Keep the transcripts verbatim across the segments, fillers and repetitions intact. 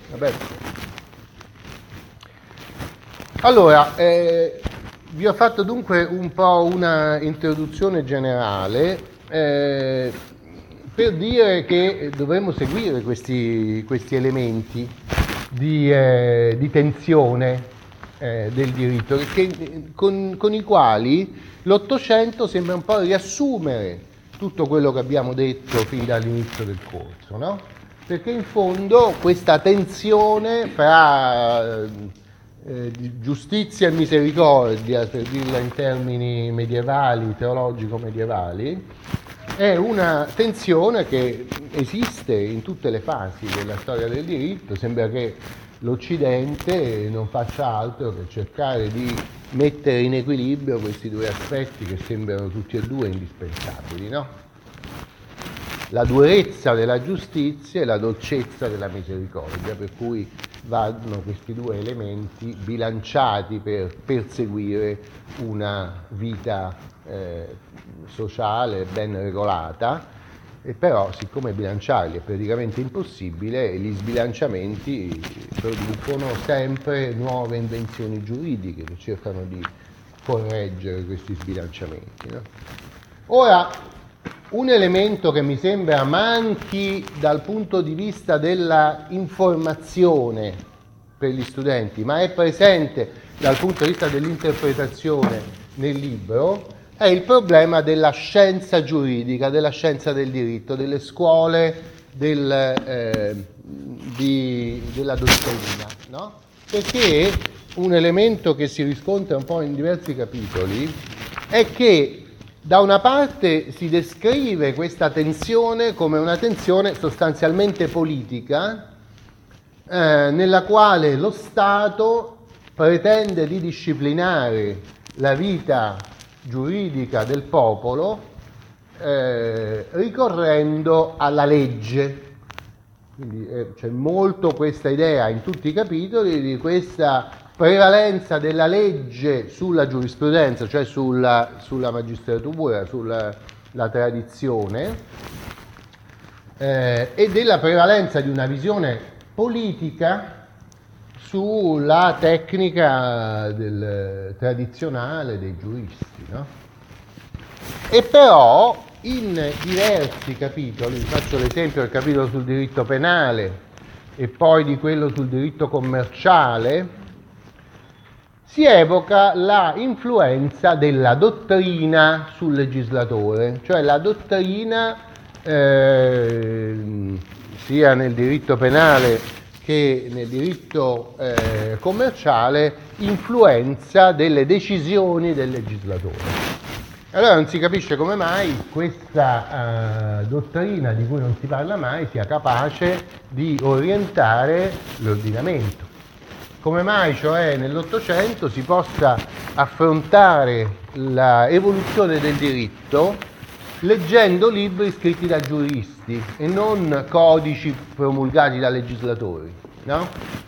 Vabbè. Allora, eh, vi ho fatto dunque un po' una introduzione generale eh, per dire che dovremmo seguire questi, questi elementi di, eh, di tensione eh, del diritto, che, con, con i quali l'Ottocento sembra un po' riassumere tutto quello che abbiamo detto fin dall'inizio del corso, no? Perché in fondo questa tensione fra eh, giustizia e misericordia, per dirla in termini medievali, teologico-medievali, è una tensione che esiste in tutte le fasi della storia del diritto. Sembra che l'Occidente non faccia altro che cercare di mettere in equilibrio questi due aspetti che sembrano tutti e due indispensabili, no? La durezza della giustizia e la dolcezza della misericordia, per cui vanno questi due elementi bilanciati per perseguire una vita eh, sociale ben regolata. E però, siccome bilanciarli è praticamente impossibile, gli sbilanciamenti producono sempre nuove invenzioni giuridiche che cercano di correggere questi sbilanciamenti, no? Ora, un elemento che mi sembra manchi dal punto di vista della informazione per gli studenti, ma è presente dal punto di vista dell'interpretazione nel libro, è il problema della scienza giuridica, della scienza del diritto, delle scuole del, eh, di, della dottrina, no? Perché un elemento che si riscontra un po' in diversi capitoli è che da una parte si descrive questa tensione come una tensione sostanzialmente politica, eh, nella quale lo Stato pretende di disciplinare la vita giuridica del popolo eh, ricorrendo alla legge. Quindi eh, c'è molto questa idea in tutti i capitoli di questa prevalenza della legge sulla giurisprudenza, cioè sulla, sulla magistratura, sulla la tradizione, eh, e della prevalenza di una visione politica sulla tecnica del, tradizionale dei giuristi, no? E però in diversi capitoli, vi faccio l'esempio del capitolo sul diritto penale e poi di quello sul diritto commerciale, si evoca la influenza della dottrina sul legislatore, cioè la dottrina eh, sia nel diritto penale che nel diritto eh, commerciale influenza delle decisioni del legislatore. Allora non si capisce come mai questa uh, dottrina di cui non si parla mai sia capace di orientare l'ordinamento. Come mai, cioè, nell'Ottocento si possa affrontare l'evoluzione del diritto leggendo libri scritti da giuristi e non codici promulgati da legislatori, no?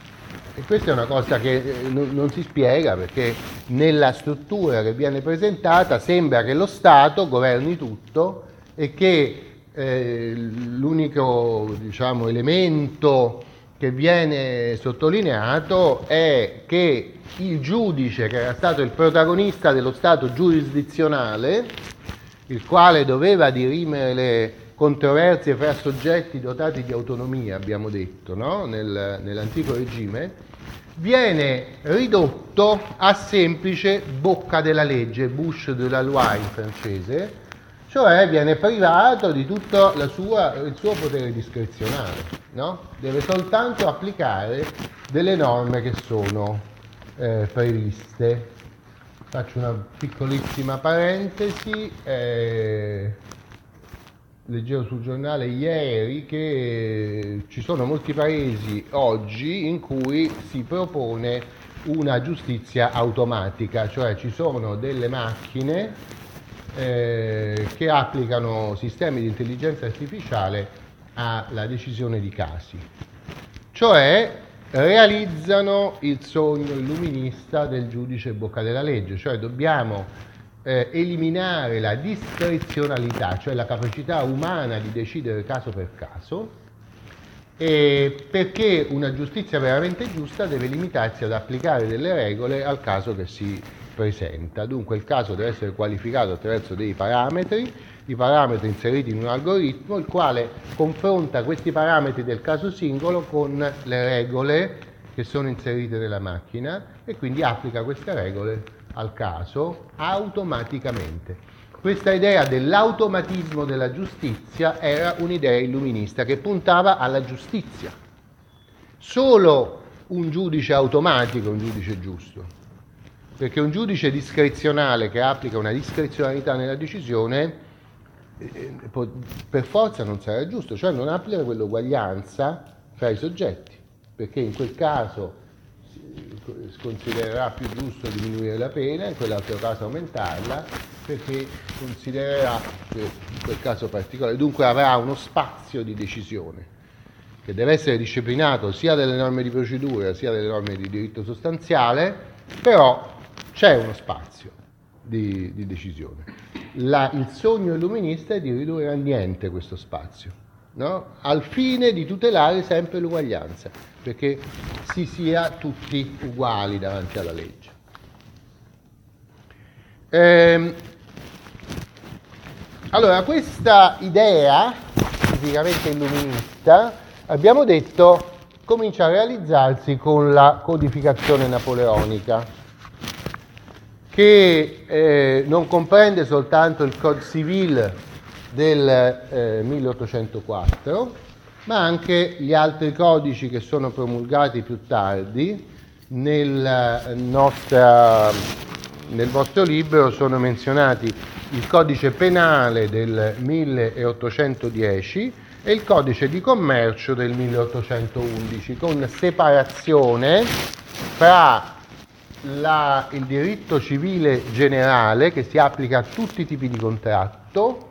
E questa è una cosa che non, non si spiega, perché nella struttura che viene presentata sembra che lo Stato governi tutto e che eh, l'unico, diciamo, elemento che viene sottolineato è che il giudice, che era stato il protagonista dello Stato giurisdizionale, il quale doveva dirimere le controversie fra soggetti dotati di autonomia, abbiamo detto, no? Nel, nell'antico regime, viene ridotto a semplice bocca della legge, bouche de la loi in francese, cioè viene privato di tutto la sua, il suo potere discrezionale, no? Deve soltanto applicare delle norme che sono eh, previste. Faccio una piccolissima parentesi. Eh, leggevo sul giornale ieri che ci sono molti paesi oggi in cui si propone una giustizia automatica, cioè ci sono delle macchine eh, che applicano sistemi di intelligenza artificiale alla decisione di casi, cioè realizzano il sogno illuminista del giudice bocca della legge, cioè dobbiamo Eh, eliminare la discrezionalità, cioè la capacità umana di decidere caso per caso, e perché una giustizia veramente giusta deve limitarsi ad applicare delle regole al caso che si presenta. Dunque il caso deve essere qualificato attraverso dei parametri, i parametri inseriti in un algoritmo, il quale confronta questi parametri del caso singolo con le regole che sono inserite nella macchina e quindi applica queste regole al caso automaticamente. Questa idea dell'automatismo della giustizia era un'idea illuminista che puntava alla giustizia. Solo un giudice automatico è un giudice giusto, perché un giudice discrezionale che applica una discrezionalità nella decisione eh, per forza non sarà giusto, cioè non applica quell'uguaglianza fra i soggetti, perché in quel caso si considererà più giusto diminuire la pena, in quell'altro caso aumentarla, perché considererà che in quel caso particolare, dunque avrà uno spazio di decisione che deve essere disciplinato sia dalle norme di procedura sia dalle norme di diritto sostanziale, però c'è uno spazio di, di decisione. La, il sogno illuminista è di ridurre a niente questo spazio, no? Al fine di tutelare sempre l'uguaglianza, perché si sia tutti uguali davanti alla legge. Ehm, allora, questa idea tipicamente illuminista, abbiamo detto, comincia a realizzarsi con la codificazione napoleonica, che eh, non comprende soltanto il Code Civil del eh, milleottocentoquattro, ma anche gli altri codici che sono promulgati più tardi. Nel, nostra, nel vostro libro sono menzionati il codice penale del milleottocentodieci e il codice di commercio del milleottocentoundici, con separazione fra la, il diritto civile generale, che si applica a tutti i tipi di contratto,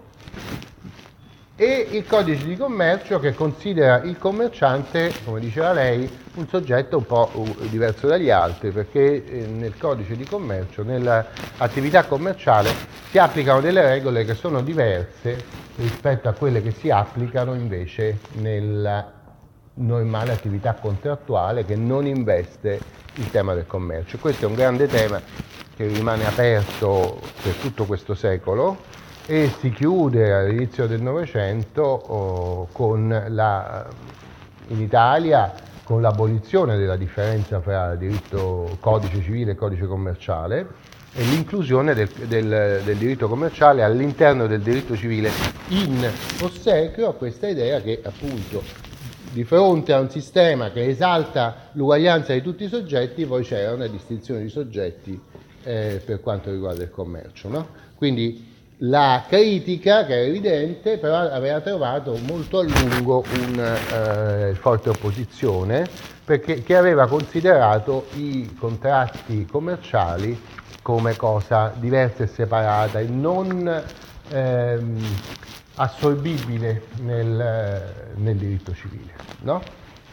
e il codice di commercio, che considera il commerciante, come diceva lei, un soggetto un po' diverso dagli altri, perché nel codice di commercio, nell'attività commerciale, si applicano delle regole che sono diverse rispetto a quelle che si applicano invece nella normale attività contrattuale che non investe il tema del commercio. Questo è un grande tema che rimane aperto per tutto questo secolo e si chiude all'inizio del Novecento oh, con la, in Italia con l'abolizione della differenza fra diritto codice civile e codice commerciale e l'inclusione del, del, del diritto commerciale all'interno del diritto civile, in ossequio a questa idea che appunto di fronte a un sistema che esalta l'uguaglianza di tutti i soggetti, poi c'era una distinzione di soggetti eh, per quanto riguarda il commercio, no? Quindi la critica, che era evidente, però aveva trovato molto a lungo una eh, forte opposizione, perché che aveva considerato i contratti commerciali come cosa diversa e separata e non ehm, assorbibile nel, nel diritto civile, no?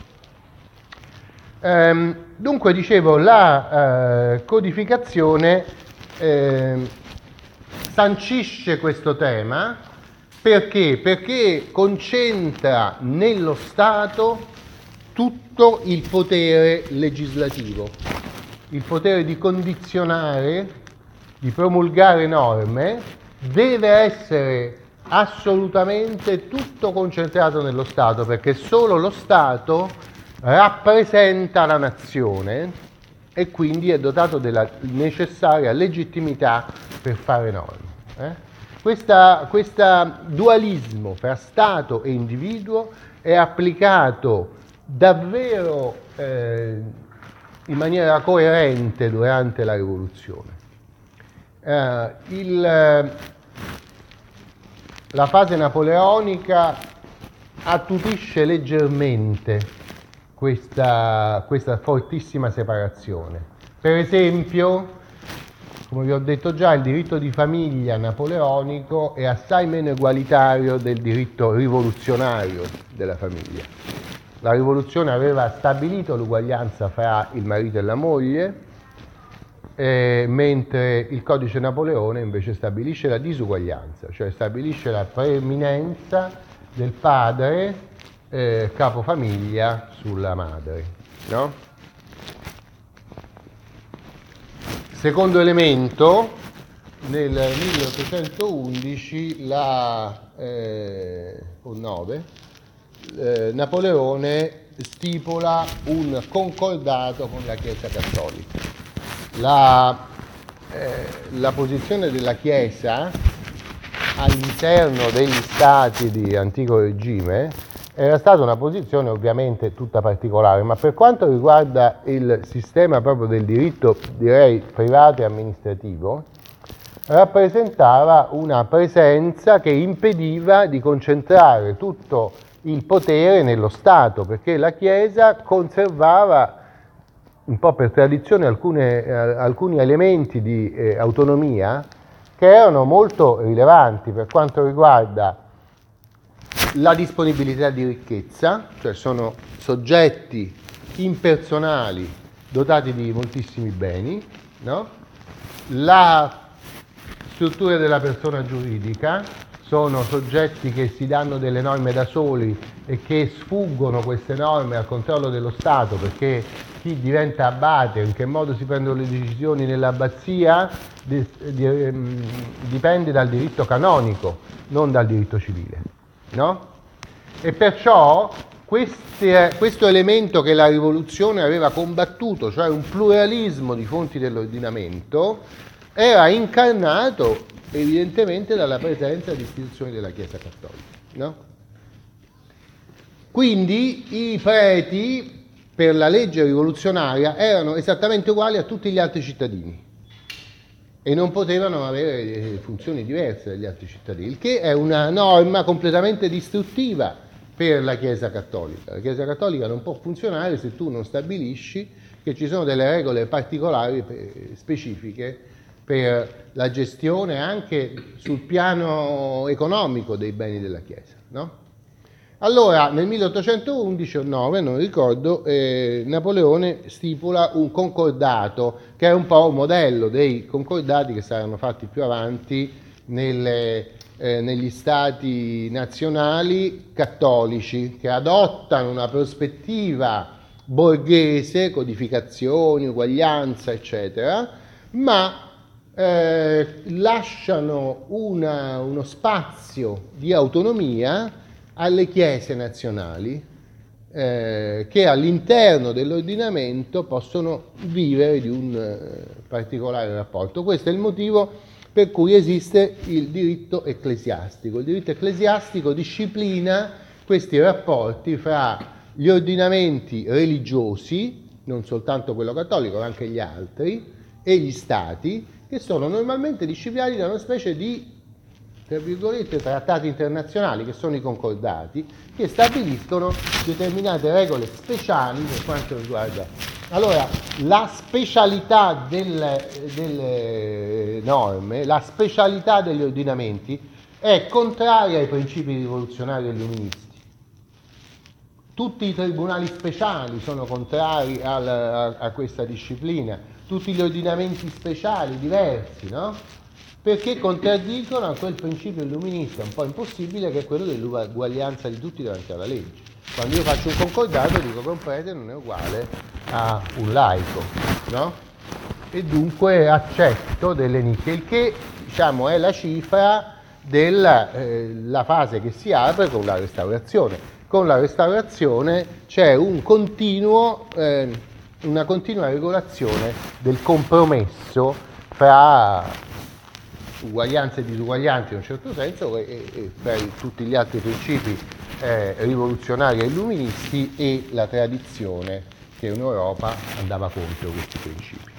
Ehm, dunque, dicevo, la eh, codificazione eh, sancisce questo tema perché? Perché concentra nello Stato tutto il potere legislativo, il potere di condizionare, di promulgare norme, deve essere assolutamente tutto concentrato nello Stato, perché solo lo Stato rappresenta la nazione e quindi è dotato della necessaria legittimità per fare norme. Eh? Questa, questa dualismo fra Stato e individuo è applicato davvero eh, in maniera coerente durante la rivoluzione. Eh, il, la fase napoleonica attutisce leggermente questa, questa fortissima separazione. Per esempio, come vi ho detto già, il diritto di famiglia napoleonico è assai meno egualitario del diritto rivoluzionario della famiglia. La rivoluzione aveva stabilito l'uguaglianza fra il marito e la moglie, eh, mentre il codice Napoleone invece stabilisce la disuguaglianza, cioè stabilisce la preeminenza del padre eh, capofamiglia sulla madre, no? Secondo elemento, nel milleottocentoundici, la, eh, o nove, eh, Napoleone stipula un concordato con la Chiesa Cattolica. La, eh, la posizione della Chiesa all'interno degli stati di antico regime era stata una posizione ovviamente tutta particolare, ma per quanto riguarda il sistema proprio del diritto, direi privato e amministrativo, rappresentava una presenza che impediva di concentrare tutto il potere nello Stato, perché la Chiesa conservava un po' per tradizione alcune, eh, alcuni elementi di eh, autonomia che erano molto rilevanti per quanto riguarda la disponibilità di ricchezza, cioè sono soggetti impersonali dotati di moltissimi beni, no? La struttura della persona giuridica, sono soggetti che si danno delle norme da soli e che sfuggono queste norme al controllo dello Stato, perché chi diventa abate, in che modo si prendono le decisioni nell'abbazia, di, di, dipende dal diritto canonico, non dal diritto civile, no? E perciò queste, questo elemento che la rivoluzione aveva combattuto, cioè un pluralismo di fonti dell'ordinamento, era incarnato evidentemente dalla presenza di istituzioni della Chiesa Cattolica, no? Quindi i preti per la legge rivoluzionaria erano esattamente uguali a tutti gli altri cittadini e non potevano avere funzioni diverse dagli altri cittadini, il che è una norma completamente distruttiva per la Chiesa Cattolica. La Chiesa Cattolica non può funzionare se tu non stabilisci che ci sono delle regole particolari, specifiche, per la gestione anche sul piano economico dei beni della Chiesa, no? Allora, nel milleottocentoundici o nove, non ricordo, eh, Napoleone stipula un concordato, che è un po' un modello dei concordati che saranno fatti più avanti nelle, eh, negli stati nazionali cattolici, che adottano una prospettiva borghese, codificazioni, uguaglianza, eccetera, ma Eh, lasciano una, uno spazio di autonomia alle chiese nazionali eh, che all'interno dell'ordinamento possono vivere di un eh, particolare rapporto. Questo è il motivo per cui esiste il diritto ecclesiastico. Il diritto ecclesiastico disciplina questi rapporti fra gli ordinamenti religiosi, non soltanto quello cattolico ma anche gli altri, e gli stati, che sono normalmente disciplinati da una specie di, tra virgolette, trattati internazionali, che sono i concordati, che stabiliscono determinate regole speciali per quanto riguarda. Allora, la specialità delle, delle norme, la specialità degli ordinamenti è contraria ai principi rivoluzionari e illuministi. Tutti i tribunali speciali sono contrari al, a, a questa disciplina, tutti gli ordinamenti speciali diversi, no? Perché contraddicono a quel principio illuminista un po' impossibile, che è quello dell'uguaglianza di tutti davanti alla legge. Quando io faccio un concordato dico che un prete non è uguale a un laico, no? E dunque accetto delle nicchie, il che, diciamo, è la cifra della eh, fase che si apre con la Restaurazione. Con la Restaurazione c'è un continuo, eh, una continua regolazione del compromesso fra uguaglianza e disuguaglianza in un certo senso e, e fra tutti gli altri principi eh, rivoluzionari e illuministi e la tradizione che in Europa andava contro questi principi.